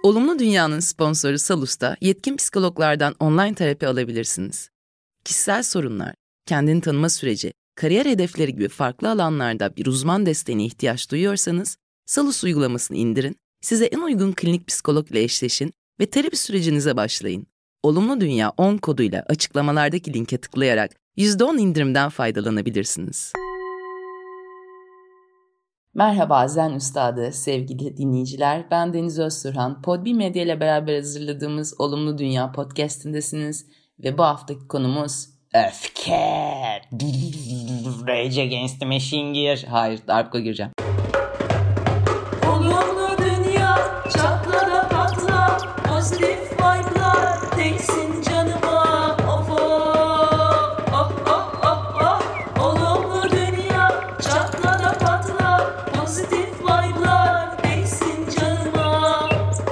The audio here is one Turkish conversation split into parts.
Olumlu Dünya'nın sponsoru Salus'ta yetkin psikologlardan online terapi alabilirsiniz. Kişisel sorunlar, kendini tanıma süreci, kariyer hedefleri gibi farklı alanlarda bir uzman desteğine ihtiyaç duyuyorsanız, Salus uygulamasını indirin, size en uygun klinik psikolog ile eşleşin ve terapi sürecinize başlayın. Olumlu Dünya 10 koduyla açıklamalardaki linke tıklayarak %10 indirimden faydalanabilirsiniz. Merhaba Zen Üstadı, sevgili dinleyiciler. Ben Deniz Öztürhan. Podbi Medya ile beraber hazırladığımız Olumlu Dünya podcast'indesiniz. Ve bu haftaki konumuz öfke. Rage Against the Machine gir. Hayır, darbuka gireceğim. Olumlu dünya, çatla da patla, pozitif vibe'lar değsin canıma. Of of, oh oh oh oh. Olumlu dünya, çatla da patla, pozitif vibe'lar değsin canıma.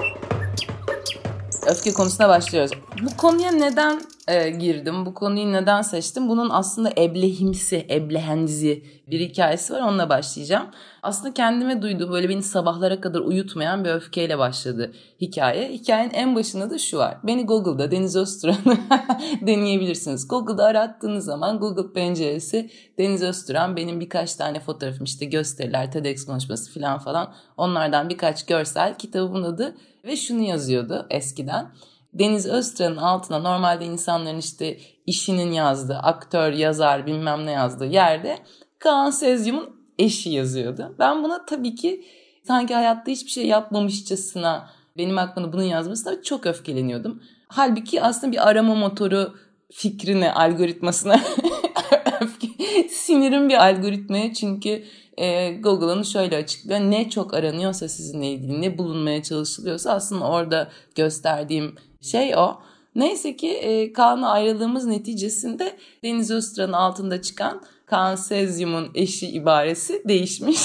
Öfke konusuna başlıyoruz. Bu konuya neden girdim? Bu konuyu neden seçtim? Bunun aslında eblehenzi bir hikayesi var. Onunla başlayacağım. Aslında kendime duyduğu böyle beni sabahlara kadar uyutmayan bir öfkeyle başladı hikaye. Hikayenin en başında da şu var. Beni Google'da Deniz Öztürk'ü deneyebilirsiniz. Google'da arattığınız zaman Google penceresi Deniz Öztürk, benim birkaç tane fotoğrafım, işte gösteriler, TEDx konuşması falan onlardan birkaç görsel, kitabın adı ve şunu yazıyordu eskiden. Deniz Öztürk'ün altına normalde insanların işte işinin yazdığı, aktör, yazar bilmem ne yazdığı yerde Kaan Sezyum'un eşi yazıyordu. Ben buna tabii ki sanki hayatta hiçbir şey yapmamışçasına benim hakkında bunun yazmasına çok öfkeleniyordum. Halbuki aslında bir arama motoru fikrine, algoritmasına sinirim bir algoritmaya, çünkü Google'ın şöyle açıklıyor. Ne çok aranıyorsa sizinle ilgili, ne bulunmaya çalışılıyorsa aslında orada gösterdiğim şey o. Neyse ki Kaan'la ayrılığımız neticesinde Deniz Öztürk'ün altında çıkan Kaan Sezyum'un eşi ibaresi değişmiş.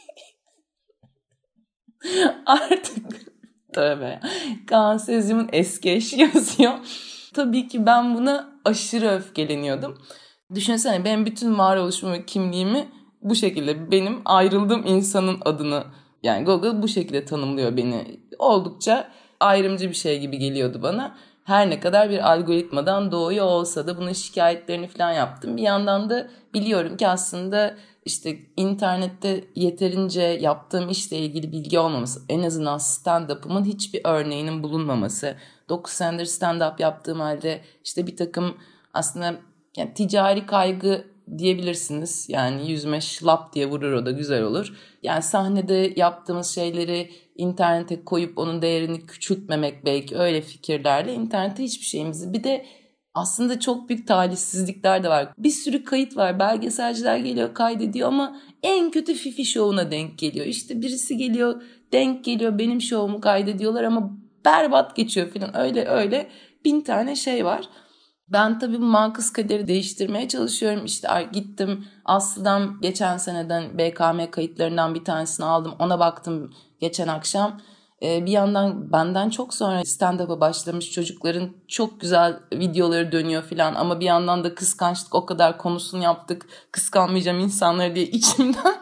Artık tövbe. Kaan Sezyum'un eski eşi yazıyor. Tabii ki ben buna aşırı öfkeleniyordum. Düşünsene, benim bütün varoluşumu ve kimliğimi bu şekilde, benim ayrıldığım insanın adını, yani Google bu şekilde tanımlıyor beni. Oldukça ayrımcı bir şey gibi geliyordu bana. Her ne kadar bir algoritmadan doğuyor olsa da bunun şikayetlerini falan yaptım. Bir yandan da biliyorum ki aslında işte internette yeterince yaptığım işle ilgili bilgi olmaması, en azından stand-up'ımın hiçbir örneğinin bulunmaması. 9 senedir stand-up yaptığım halde işte bir takım aslında yani ticari kaygı diyebilirsiniz. Yani yüzüme şlap diye vurur, o da güzel olur. Yani sahnede yaptığımız şeyleri internete koyup onun değerini küçültmemek, belki öyle fikirlerle internete hiçbir şeyimizi. Bir de aslında çok büyük talihsizlikler de var. Bir sürü kayıt var. Belgeselciler geliyor, kaydediyor ama en kötü Fifi şovuna denk geliyor. İşte birisi geliyor, denk geliyor, benim şovumu kaydediyorlar ama berbat geçiyor falan. Öyle 1000 tane şey var. Ben tabii bu mankız kaderi değiştirmeye çalışıyorum. İşte gittim Aslı'dan geçen seneden BKM kayıtlarından bir tanesini aldım. Ona baktım geçen akşam. Bir yandan benden çok sonra stand-up'a başlamış çocukların çok güzel videoları dönüyor falan. Ama bir yandan da kıskançlık, o kadar konusunu yaptık, kıskanmayacağım insanları diye içimden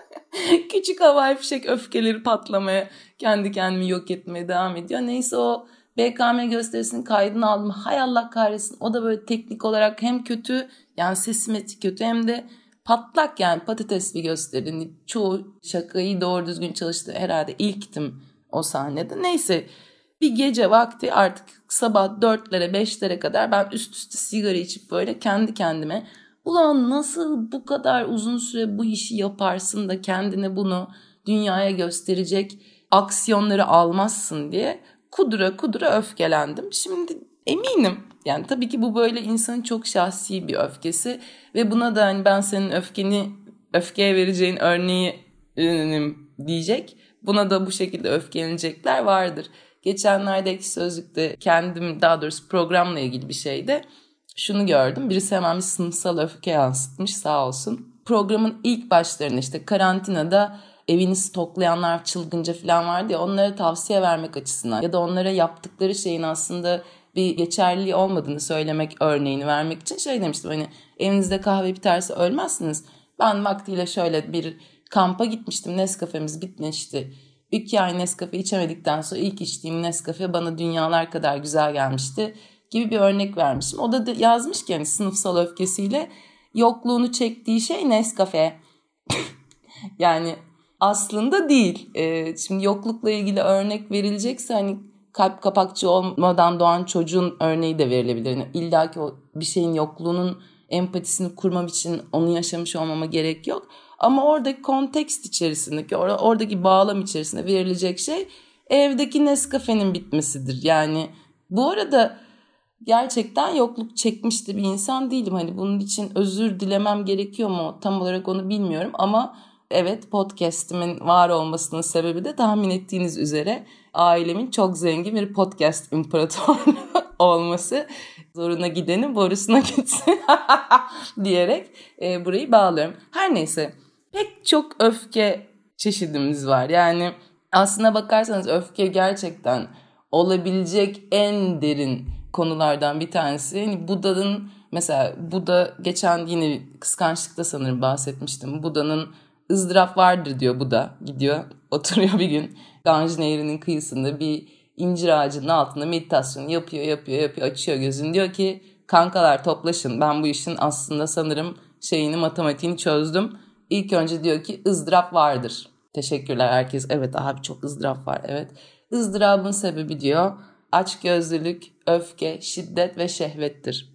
küçük havai fişek öfkeleri patlamaya, kendi kendimi yok etmeye devam ediyor. Neyse, o BKM gösterisinin kaydını aldım. Hay Allah kahretsin. O da böyle teknik olarak hem kötü, yani sesimeti kötü, hem de patlak, yani patates bir gösteri. Çoğu şakayı doğru düzgün çalıştı. Herhalde ilktim o sahnede. Neyse, bir gece vakti artık sabah 4'lere 5'lere kadar ben üst üste sigara içip böyle kendi kendime, ulan nasıl bu kadar uzun süre bu işi yaparsın da kendine bunu dünyaya gösterecek aksiyonları almazsın diye kudura öfkelendim. Şimdi eminim, yani tabii ki bu böyle insanın çok şahsi bir öfkesi ve buna da hani ben senin öfkeye vereceğin örneği diyecek. Buna da bu şekilde öfkelenecekler vardır. Geçenlerde Ekşi Sözlük'te daha doğrusu programla ilgili bir şeyde şunu gördüm. Birisi hemen bir sınıfsal öfke yansıtmış, sağ olsun. Programın ilk başlarında işte karantinada evini stoklayanlar çılgınca falan vardı ya, onlara tavsiye vermek açısından ya da onlara yaptıkları şeyin aslında bir geçerliliği olmadığını söylemek örneğini vermek için şey demiştim, hani evinizde kahve biterse ölmezsiniz. Ben vaktiyle şöyle bir kampa gitmiştim, Nescafe'miz bitmişti. 2 ay Nescafe içemedikten sonra ilk içtiğim Nescafe bana dünyalar kadar güzel gelmişti gibi bir örnek vermişim. O da yazmış ki hani sınıfsal öfkesiyle yokluğunu çektiği şey Nescafe. Yani aslında değil. Şimdi yoklukla ilgili örnek verilecekse hani kalp kapakçı olmadan doğan çocuğun örneği de verilebilir. Yani İlla ki o bir şeyin yokluğunun empatisini kurmam için onu yaşamış olmama gerek yok. Ama oradaki kontekst içerisindeki, oradaki bağlam içerisinde verilecek şey evdeki Nescafe'nin bitmesidir. Yani bu arada gerçekten yokluk çekmişti bir insan değilim. Hani bunun için özür dilemem gerekiyor mu? Tam olarak onu bilmiyorum ama evet, podcast'imin var olmasının sebebi de tahmin ettiğiniz üzere ailemin çok zengin bir podcast imparatoru olması. Zoruna gidenin borusuna gitsin diyerek burayı bağlıyorum. Her neyse, pek çok öfke çeşidimiz var. Yani aslına bakarsanız öfke gerçekten olabilecek en derin konulardan bir tanesi. Yani Buda geçen yine kıskançlıkta sanırım bahsetmiştim. Buda'nın ızdırap vardır diyor Buda. Gidiyor oturuyor bir gün Ganj Nehri'nin kıyısında bir incir ağacının altında meditasyon yapıyor, açıyor gözünü, diyor ki kankalar toplaşın, ben bu işin aslında sanırım matematiğini çözdüm. İlk önce diyor ki ızdırap vardır. Teşekkürler herkes. Evet abi, çok ızdırap var. Evet. Izdırabın sebebi diyor açgözlülük, öfke, şiddet ve şehvettir.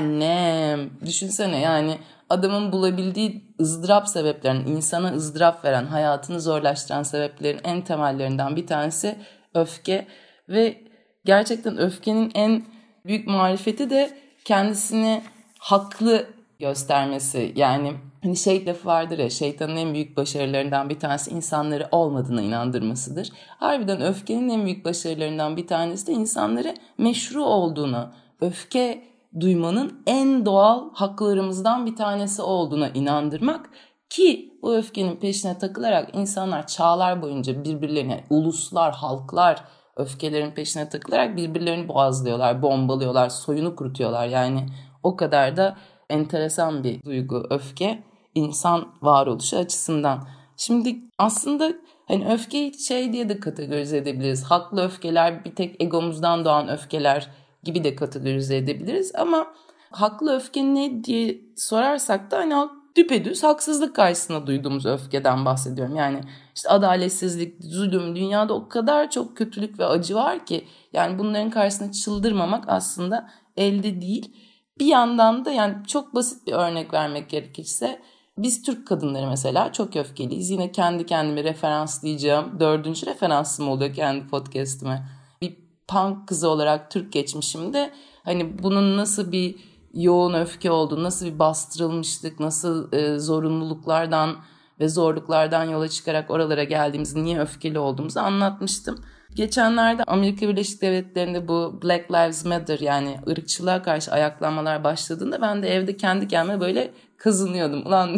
Annem, düşünsene yani adamın bulabildiği ızdırap sebeplerinin, insana ızdırap veren, hayatını zorlaştıran sebeplerin en temellerinden bir tanesi öfke. Ve gerçekten öfkenin en büyük marifeti de kendisini haklı göstermesi. Yani hani lafı vardır ya, şeytanın en büyük başarılarından bir tanesi insanları olmadığına inandırmasıdır. Harbiden öfkenin en büyük başarılarından bir tanesi de insanları meşru olduğuna, öfke duymanın en doğal haklarımızdan bir tanesi olduğuna inandırmak. Ki bu öfkenin peşine takılarak insanlar çağlar boyunca birbirlerine, yani uluslar, halklar öfkelerin peşine takılarak birbirlerini boğazlıyorlar, bombalıyorlar, soyunu kurutuyorlar. Yani o kadar da enteresan bir duygu öfke insan varoluşu açısından. Şimdi aslında hani öfkeyi diye de kategorize edebiliriz. Haklı öfkeler, bir tek egomuzdan doğan öfkeler gibi de kategorize edebiliriz. Ama haklı öfke ne diye sorarsak da hani düpedüz haksızlık karşısında duyduğumuz öfkeden bahsediyorum. Yani işte adaletsizlik, zulüm, dünyada o kadar çok kötülük ve acı var ki yani bunların karşısında çıldırmamak aslında elde değil. Bir yandan da yani çok basit bir örnek vermek gerekirse biz Türk kadınları mesela çok öfkeliyiz. Yine kendi kendime referanslayacağım 4. referansım oluyor kendi podcast'ime. Bir punk kızı olarak Türk geçmişimde hani bunun nasıl bir yoğun öfke olduğunu, nasıl bir bastırılmışlık, nasıl zorunluluklardan ve zorluklardan yola çıkarak oralara geldiğimizi, niye öfkeli olduğumuzu anlatmıştım. Geçenlerde Amerika Birleşik Devletleri'nde bu Black Lives Matter, yani ırkçılığa karşı ayaklanmalar başladığında ben de evde kendi kendime böyle kazınıyordum. Ulan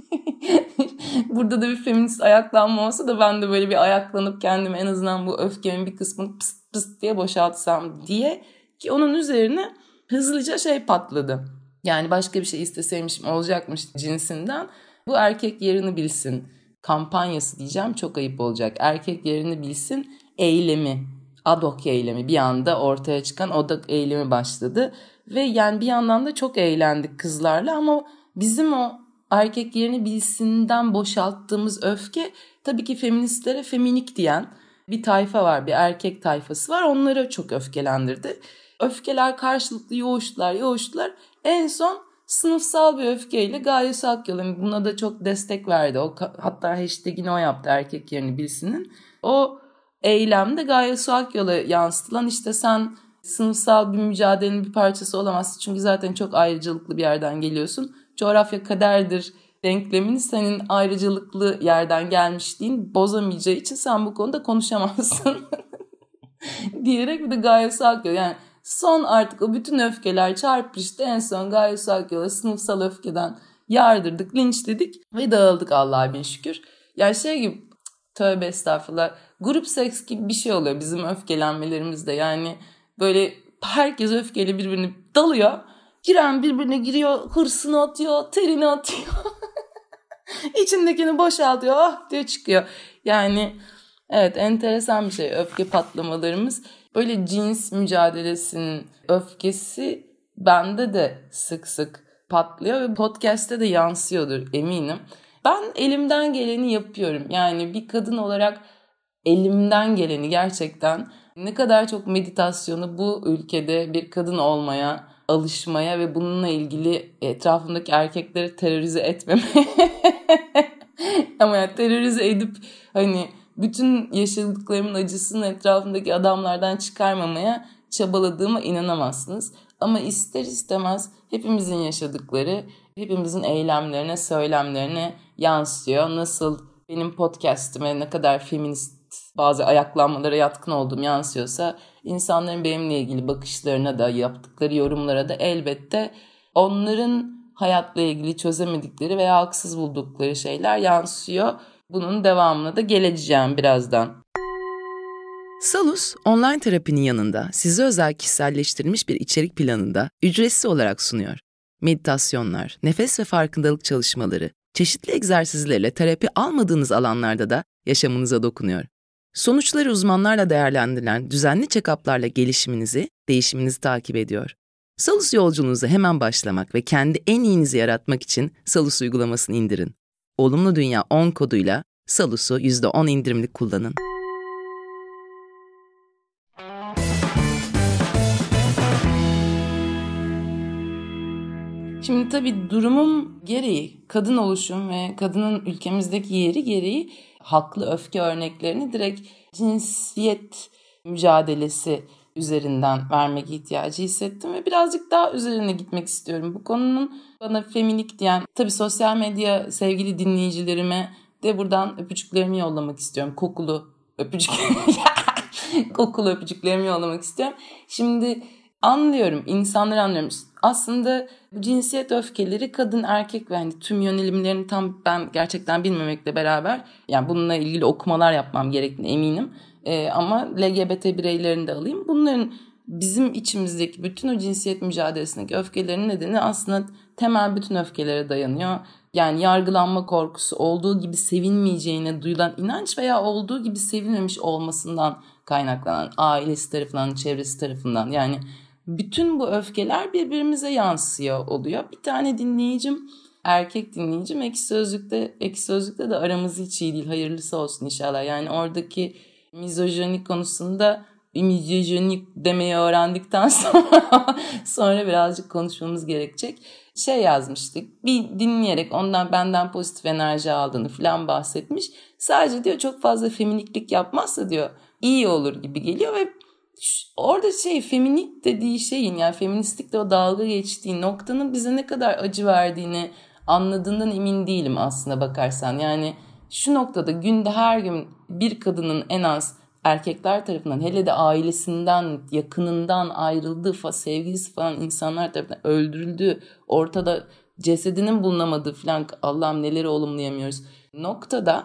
burada da bir feminist ayaklanma olsa da ben de böyle bir ayaklanıp kendimi en azından bu öfkemin bir kısmını pıst pıst diye boşaltsam diye, ki onun üzerine hızlıca patladı. Yani başka bir şey isteseymişim olacakmış cinsinden. Bu erkek yerini bilsin kampanyası diyeceğim, çok ayıp olacak. Erkek yerini bilsin eylemi, ADOK eylemi, bir anda ortaya çıkan ADOK eylemi başladı. Ve yani bir yandan da çok eğlendik kızlarla ama bizim o erkek yerini bilsinden boşalttığımız öfke tabii ki feministlere feminik diyen bir tayfa var, bir erkek tayfası var, onları çok öfkelendirdi. Öfkeler karşılıklı yoğuştular. En son sınıfsal bir öfkeyle Gaye Su Akyol buna da çok destek verdi. Hatta hashtag'ini o yaptı, erkek yerini bilsinin. O eylemde Gaye Su Akyol'a yansıtılan işte sen sınıfsal bir mücadelenin bir parçası olamazsın. Çünkü zaten çok ayrıcalıklı bir yerden geliyorsun. Coğrafya kaderdir denklemini senin ayrıcalıklı yerden gelmişliğin bozamayacağı için sen bu konuda konuşamazsın diyerek bir de Gaye Su Akyol, yani son artık o bütün öfkeler çarpıştı. En son Gaye Su Akyol'a sınıfsal öfkeden yardırdık, linçledik ve dağıldık Allah'a bin şükür. Yani gibi, tövbe estağfurullah, grup seks gibi bir şey oluyor bizim öfkelenmelerimizde. Yani böyle herkes öfkeyle birbirini dalıyor. Giren birbirine giriyor, hırsını atıyor, terini atıyor. İçindekini boşaltıyor, diyor çıkıyor. Yani Evet, enteresan bir şey öfke patlamalarımız. Böyle cins mücadelesinin öfkesi bende de sık sık patlıyor ve podcast'te de yansıyordur eminim. Ben elimden geleni yapıyorum. Yani bir kadın olarak elimden geleni gerçekten ne kadar çok meditasyonu bu ülkede bir kadın olmaya, alışmaya ve bununla ilgili etrafımdaki erkekleri terörize etmemeye ama yani terörize edip hani bütün yaşadıklarımın acısını etrafımdaki adamlardan çıkarmamaya çabaladığıma inanamazsınız. Ama ister istemez hepimizin yaşadıkları, hepimizin eylemlerine, söylemlerine yansıyor. Nasıl benim podcast'ime ne kadar feminist bazı ayaklanmalara yatkın olduğum yansıyorsa, insanların benimle ilgili bakışlarına da, yaptıkları yorumlara da elbette onların hayatla ilgili çözemedikleri veya haksız buldukları şeyler yansıyor. Bunun devamına da geleceğim birazdan. Salus, online terapinin yanında size özel kişiselleştirilmiş bir içerik planında ücretsiz olarak sunuyor. Meditasyonlar, nefes ve farkındalık çalışmaları, çeşitli egzersizlerle terapi almadığınız alanlarda da yaşamınıza dokunuyor. Sonuçları uzmanlarla değerlendirilen düzenli check-up'larla gelişiminizi, değişiminizi takip ediyor. Salus yolculuğunuza hemen başlamak ve kendi en iyinizi yaratmak için Salus uygulamasını indirin. Olumlu Dünya 10 koduyla Salus'u %10 indirimli kullanın. Şimdi tabii durumum gereği, kadın oluşum ve kadının ülkemizdeki yeri gereği haklı öfke örneklerini direkt cinsiyet mücadelesi üzerinden vermek ihtiyacı hissettim ve birazcık daha üzerine gitmek istiyorum. Bu konunun bana feminik diyen, tabii sosyal medya sevgili dinleyicilerime de buradan öpücüklerimi yollamak istiyorum. Kokulu öpücüklerimi yollamak istiyorum. Şimdi anlıyorum, insanları anlıyorum. Aslında bu cinsiyet öfkeleri kadın erkek ve hani tüm yönelimlerini tam ben gerçekten bilmemekle beraber, yani bununla ilgili okumalar yapmam gerektiğine eminim. Ama LGBT bireylerini de alayım. Bunların bizim içimizdeki bütün o cinsiyet mücadelesindeki öfkelerin nedeni aslında temel bütün öfkelere dayanıyor. Yani yargılanma korkusu, olduğu gibi sevilmeyeceğine duyulan inanç veya olduğu gibi sevilmemiş olmasından kaynaklanan, ailesi tarafından, çevresi tarafından, yani bütün bu öfkeler birbirimize yansıyor oluyor. Bir tane dinleyicim, erkek dinleyicim Ekşi Sözlük'te de aramız hiç iyi değil. Hayırlısı olsun inşallah. Yani oradaki mizojini konusunda mizojini demeyi öğrendikten sonra birazcık konuşmamız gerekecek. Yazmıştık. Bir dinleyerek ondan benden pozitif enerji aldığını falan bahsetmiş. Sadece diyor çok fazla feminiklik yapmazsa diyor iyi olur gibi geliyor ve orada feminik dediği şeyin, yani feministlikle o dalga geçtiği noktanın bize ne kadar acı verdiğini anladığından emin değilim aslında bakarsan. Yani şu noktada günde her gün bir kadının en az erkekler tarafından, hele de ailesinden, yakınından ayrıldığı, sevgilisi falan insanlar tarafından öldürüldüğü, ortada cesedinin bulunamadığı falan, Allah'ım neleri olumlayamıyoruz noktada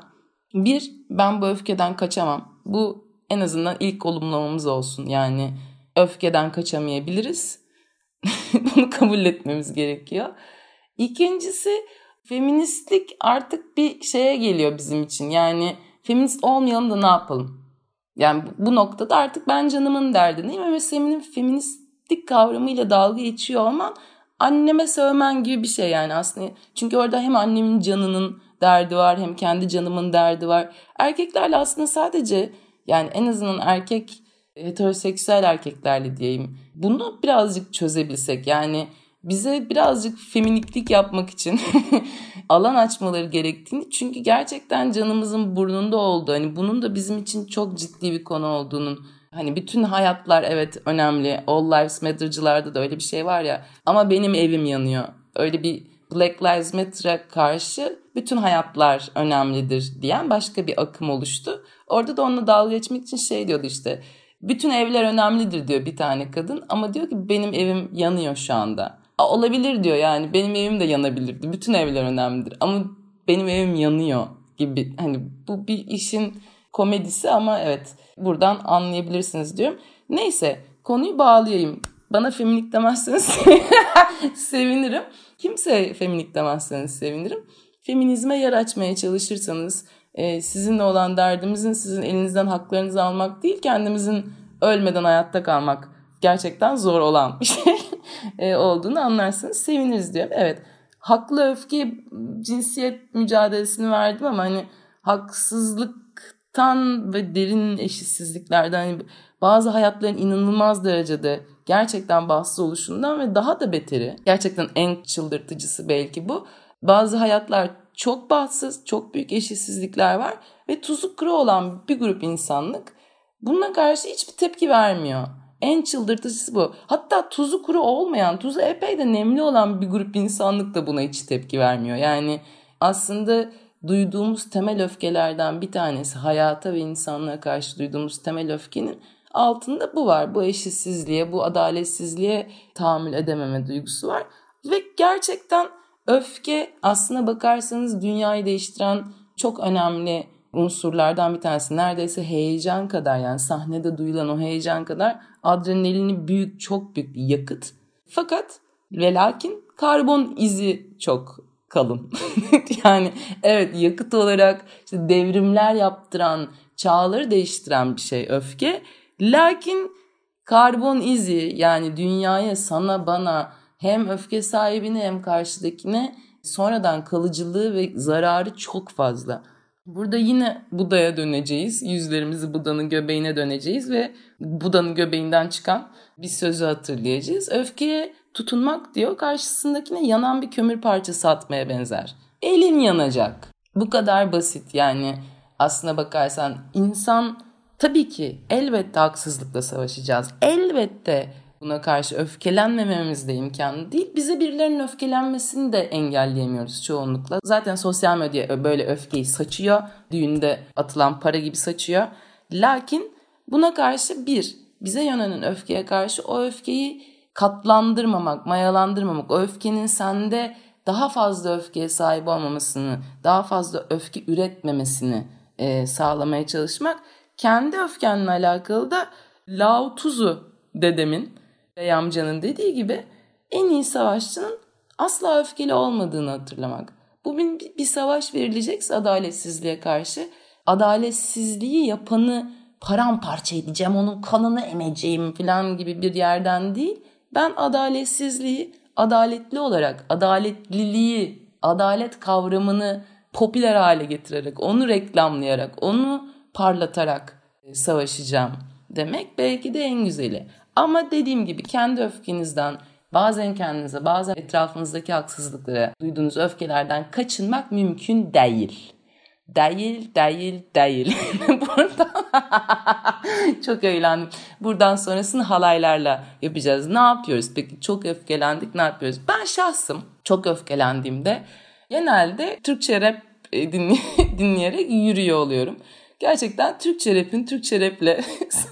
ben bu öfkeden kaçamam. Bu en azından ilk olumlamamız olsun. Yani öfkeden kaçamayabiliriz. Bunu kabul etmemiz gerekiyor. İkincisi, feministlik artık bir şeye geliyor bizim için. Yani feminist olmayalım da ne yapalım? Yani bu noktada artık ben canımın derdindeyim ama senin feministlik kavramıyla dalga geçiyor olman anneme sövmen gibi bir şey yani aslında. Çünkü orada hem annemin canının derdi var hem kendi canımın derdi var. Erkeklerle aslında sadece, yani en azından heteroseksüel erkeklerle diyeyim, bunu birazcık çözebilsek, yani bize birazcık feminiklik yapmak için alan açmaları gerektiğini, çünkü gerçekten canımızın burnunda olduğu, hani bunun da bizim için çok ciddi bir konu olduğunun, hani bütün hayatlar evet önemli, All Lives Matter'cılarda da öyle bir şey var ya, ama benim evim yanıyor, öyle bir Black Lives Matter'a karşı bütün hayatlar önemlidir diyen başka bir akım oluştu. Orada da onunla dalga geçmek için diyordu işte, bütün evler önemlidir diyor bir tane kadın, ama diyor ki benim evim yanıyor şu anda. Olabilir diyor, yani benim evim de yanabilirdi. Bütün evler önemlidir ama benim evim yanıyor gibi. Hani bu bir işin komedisi ama evet, buradan anlayabilirsiniz diyorum. Neyse, konuyu bağlayayım. Bana feminik demezseniz sevinirim. Kimse feminik demezseniz sevinirim. Feminizme yer açmaya çalışırsanız Sizinle olan derdimizin sizin elinizden haklarınızı almak değil, kendimizin ölmeden hayatta kalmak gerçekten zor olan bir şey olduğunu anlarsınız. Seviniriz diyorum. Evet, haklı öfke cinsiyet mücadelesini verdim ama hani haksızlıktan ve derin eşitsizliklerden, hani bazı hayatların inanılmaz derecede gerçekten bahtsız oluşundan ve daha da beteri, gerçekten en çıldırtıcısı belki bu. Bazı hayatlar çok bahtsız, çok büyük eşitsizlikler var ve tuzu kuru olan bir grup insanlık bununla karşı hiçbir tepki vermiyor. En çıldırtıcısı bu. Hatta tuzu kuru olmayan, tuzu epey de nemli olan bir grup insanlık da buna hiç tepki vermiyor. Yani aslında duyduğumuz temel öfkelerden bir tanesi, hayata ve insanlığa karşı duyduğumuz temel öfkenin altında bu var. Bu eşitsizliğe, bu adaletsizliğe tahammül edememe duygusu var. Ve gerçekten öfke aslına bakarsanız dünyayı değiştiren çok önemli unsurlardan bir tanesi. Neredeyse heyecan kadar, yani sahnede duyulan o heyecan kadar adrenalini büyük, çok büyük bir yakıt. Fakat ve lakin karbon izi çok kalın. Yani evet, yakıt olarak işte devrimler yaptıran, çağları değiştiren bir şey öfke. Lakin karbon izi, yani dünyaya, sana, bana, hem öfke sahibine hem karşıdakine sonradan kalıcılığı ve zararı çok fazla. Burada yine Buda'ya döneceğiz. Yüzlerimizi Buda'nın göbeğine döneceğiz ve Buda'nın göbeğinden çıkan bir sözü hatırlayacağız. Öfkeye tutunmak diyor, karşısındakine yanan bir kömür parçası atmaya benzer. Elin yanacak. Bu kadar basit. Yani aslına bakarsan insan, tabii ki elbette haksızlıkla savaşacağız. Elbette buna karşı öfkelenmememiz de imkanı değil. Bize birilerinin öfkelenmesini de engelleyemiyoruz çoğunlukla. Zaten sosyal medya böyle öfkeyi saçıyor. Düğünde atılan para gibi saçıyor. Lakin buna karşı bize yönelen öfkeye karşı o öfkeyi katlandırmamak, mayalandırmamak, o öfkenin sende daha fazla öfkeye sahip olmamasını, daha fazla öfke üretmemesini sağlamaya çalışmak. Kendi öfkenle alakalı da Lao Tzu dedemin, Bey amcanın dediği gibi en iyi savaşçının asla öfkeli olmadığını hatırlamak. Bugün bir savaş verilecekse adaletsizliğe karşı, adaletsizliği yapanı paramparça edeceğim, onun kanını emeceğim falan gibi bir yerden değil. Ben adaletsizliği adaletli olarak, adaletliliği, adalet kavramını popüler hale getirerek, onu reklamlayarak, onu parlatarak savaşacağım demek belki de en güzeli. Ama dediğim gibi kendi öfkenizden, bazen kendinize, bazen etrafınızdaki haksızlıklara duyduğunuz öfkelerden kaçınmak mümkün değil. Değil. Buradan çok eğlendim. Buradan sonrasını halaylarla yapacağız. Ne yapıyoruz peki? Çok öfkelendik, ne yapıyoruz? Ben şahsım çok öfkelendiğimde genelde Türkçe rap dinleyerek yürüyor oluyorum. Gerçekten Türkçe rap'le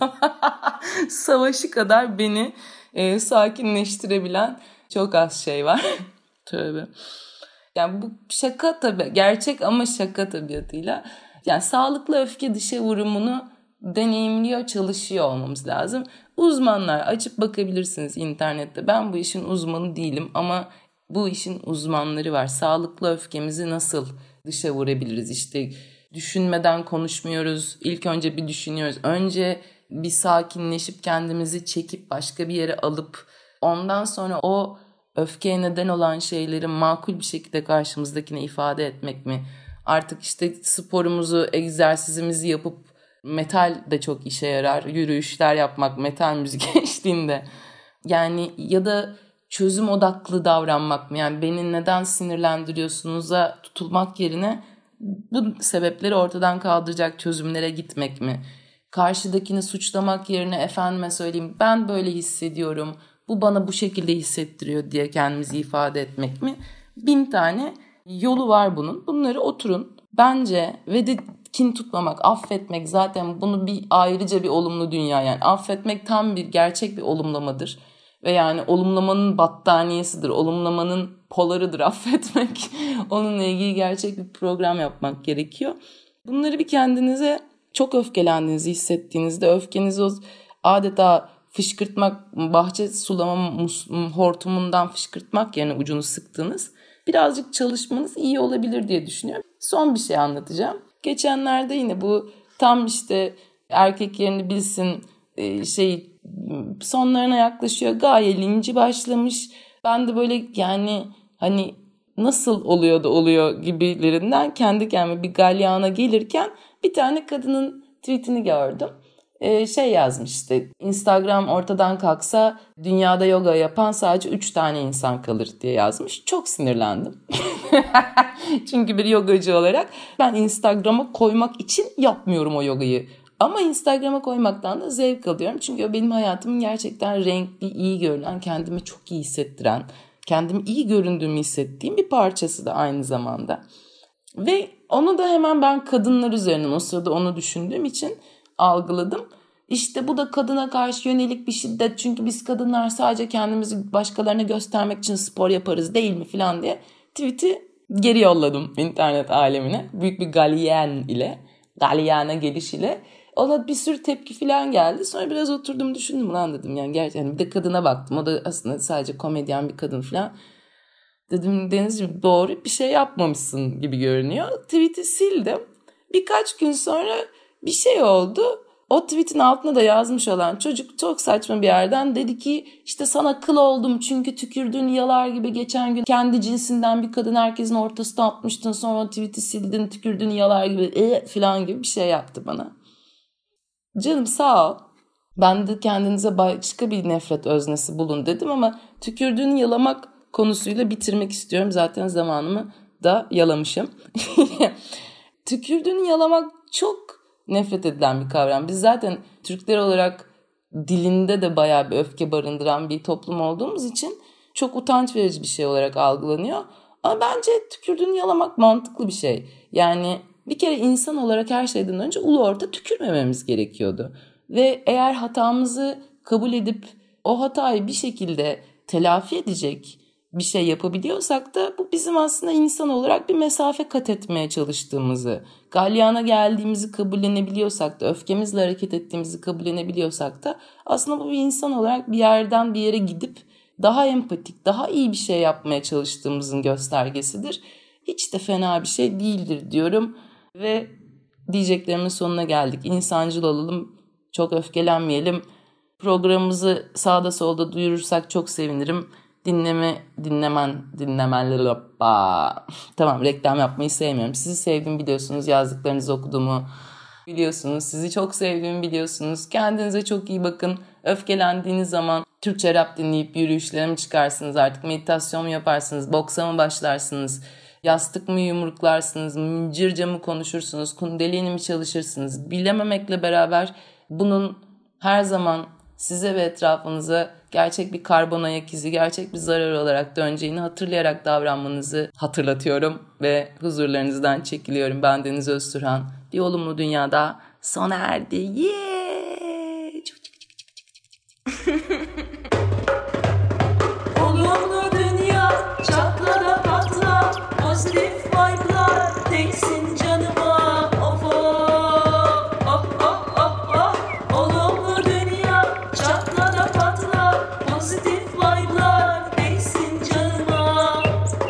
savaşı kadar beni sakinleştirebilen çok az şey var. Tövbe. Yani bu şaka tabii, gerçek ama şaka tabiatıyla. Yani sağlıklı öfke dışa vurumunu deneyimliyor, çalışıyor olmamız lazım. Uzmanlar, açıp bakabilirsiniz internette. Ben bu işin uzmanı değilim ama bu işin uzmanları var. Sağlıklı öfkemizi nasıl dışa vurabiliriz? İşte düşünmeden konuşmuyoruz. İlk önce bir düşünüyoruz. Önce bir sakinleşip kendimizi çekip başka bir yere alıp ondan sonra o öfkeye neden olan şeyleri makul bir şekilde karşımızdakine ifade etmek mi? Artık işte sporumuzu, egzersizimizi yapıp metal de çok işe yarar. Yürüyüşler yapmak metal müzik eşliğinde. Yani ya da çözüm odaklı davranmak mı? Yani beni neden sinirlendiriyorsunuz'a tutulmak yerine bu sebepleri ortadan kaldıracak çözümlere gitmek mi? Karşıdakini suçlamak yerine efendime söyleyeyim ben böyle hissediyorum, bu bana bu şekilde hissettiriyor diye kendimizi ifade etmek mi? 1000 tane yolu var bunun. Bunları oturun bence ve de kin tutmamak, affetmek, zaten bunu bir ayrıca bir olumlu dünya, yani affetmek tam bir gerçek bir olumlamadır. Ve yani olumlamanın battaniyesidir, olumlamanın polarıdır affetmek. Onunla ilgili gerçek bir program yapmak gerekiyor. Bunları bir kendinize, çok öfkelendiğinizi hissettiğinizde öfkenizi adeta fışkırtmak, bahçe sulama hortumundan fışkırtmak yerine ucunu sıktığınız birazcık çalışmanız iyi olabilir diye düşünüyorum. Son bir şey anlatacağım. geçenlerde yine bu tam işte erkek yerini bilsin sonlarına yaklaşıyor. Gaye linci başlamış. Ben de böyle yani hani nasıl oluyor da oluyor gibilerinden kendi kendime bir galyana gelirken bir tane kadının tweetini gördüm. Yazmış işte, Instagram ortadan kalksa dünyada yoga yapan sadece 3 tane insan kalır diye yazmış. Çok sinirlendim. Çünkü bir yogacı olarak ben Instagram'a koymak için yapmıyorum o yogayı. Ama Instagram'a koymaktan da zevk alıyorum. Çünkü o benim hayatımın gerçekten renkli, iyi görünen, kendimi çok iyi hissettiren, kendimi iyi göründüğümü hissettiğim bir parçası da aynı zamanda. Ve onu da hemen ben kadınlar üzerinden o sırada onu düşündüğüm için algıladım. İşte bu da kadına karşı yönelik bir şiddet. Çünkü biz kadınlar sadece kendimizi başkalarına göstermek için spor yaparız değil mi falan diye tweet'i geri yolladım internet alemine. Büyük bir galyana geliş ile. Ona bir sürü tepki falan geldi. Sonra biraz oturdum düşündüm lan dedim. Yani gerçekten bir de kadına baktım. O da aslında sadece komedyen bir kadın falan. Dedim Denizciğim doğru bir şey yapmamışsın gibi görünüyor. Tweet'i sildim. Birkaç gün sonra bir şey oldu. O tweet'in altına da yazmış olan çocuk çok saçma bir yerden dedi ki işte sana kıl oldum çünkü tükürdüğün yalar gibi geçen gün kendi cinsinden bir kadın herkesin ortasına atmıştın, sonra o tweet'i sildin, tükürdüğün yalar gibi falan gibi bir şey yaptı bana. Canım sağ ol. Ben de kendinize başka bir nefret öznesi bulun dedim ama tükürdüğünü yalamak konusuyla bitirmek istiyorum. Zaten zamanımı da yalamışım. Tükürdüğünü yalamak çok nefret edilen bir kavram. Biz zaten Türkler olarak dilinde de bayağı bir öfke barındıran bir toplum olduğumuz için çok utanç verici bir şey olarak algılanıyor. Ama bence tükürdüğünü yalamak mantıklı bir şey. Yani bir kere insan olarak her şeyden önce ulu orta tükürmememiz gerekiyordu. Ve eğer hatamızı kabul edip o hatayı bir şekilde telafi edecek bir şey yapabiliyorsak da bu bizim aslında insan olarak bir mesafe kat etmeye çalıştığımızı, galyana geldiğimizi kabullenebiliyorsak da, öfkemizle hareket ettiğimizi kabullenebiliyorsak da aslında bu bir insan olarak bir yerden bir yere gidip daha empatik, daha iyi bir şey yapmaya çalıştığımızın göstergesidir. Hiç de fena bir şey değildir diyorum ve diyeceklerimin sonuna geldik. İnsancıl olalım, çok öfkelenmeyelim. Programımızı sağda solda duyurursak çok sevinirim. Dinlemenleri. Tamam, reklam yapmayı sevmiyorum. Sizi sevdiğimi biliyorsunuz. Yazdıklarınızı okuduğumu biliyorsunuz. Sizi çok sevdiğimi biliyorsunuz. Kendinize çok iyi bakın. Öfkelendiğiniz zaman Türkçe rap dinleyip yürüyüşlere mi çıkarsınız artık? Meditasyon mu yaparsınız? Boksa mı başlarsınız? Yastık mı yumruklarsınız? Mıncırca mı konuşursunuz? Kundalini mi çalışırsınız? Bilememekle beraber bunun her zaman size ve etrafınıza gerçek bir karbon ayak izi, gerçek bir zarar olarak döneceğini hatırlayarak davranmanızı hatırlatıyorum ve huzurlarınızdan çekiliyorum. Ben Deniz Öztürhan. Bir olumlu dünyada sona erdi. Yeah! Olumlu dünya çatla da patla, pozitif vibe'lar değsin canıma. Of of oh oh oh oh. Olumlu dünya çatla da patla, pozitif vibe'lar değsin canıma.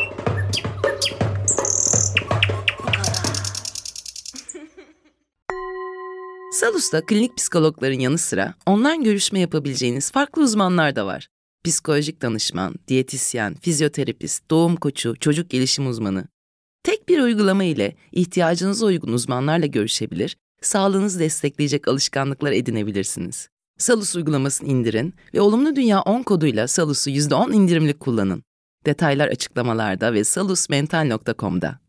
Salus'ta klinik psikologların yanı sıra online görüşme yapabileceğiniz farklı uzmanlar da var. Psikolojik danışman, diyetisyen, fizyoterapist, doğum koçu, çocuk gelişim uzmanı. Tek bir uygulama ile ihtiyacınıza uygun uzmanlarla görüşebilir, sağlığınızı destekleyecek alışkanlıklar edinebilirsiniz. Salus uygulamasını indirin ve Olumlu Dünya 10 koduyla Salus'u %10 indirimli kullanın. Detaylar açıklamalarda ve salusmental.com'da.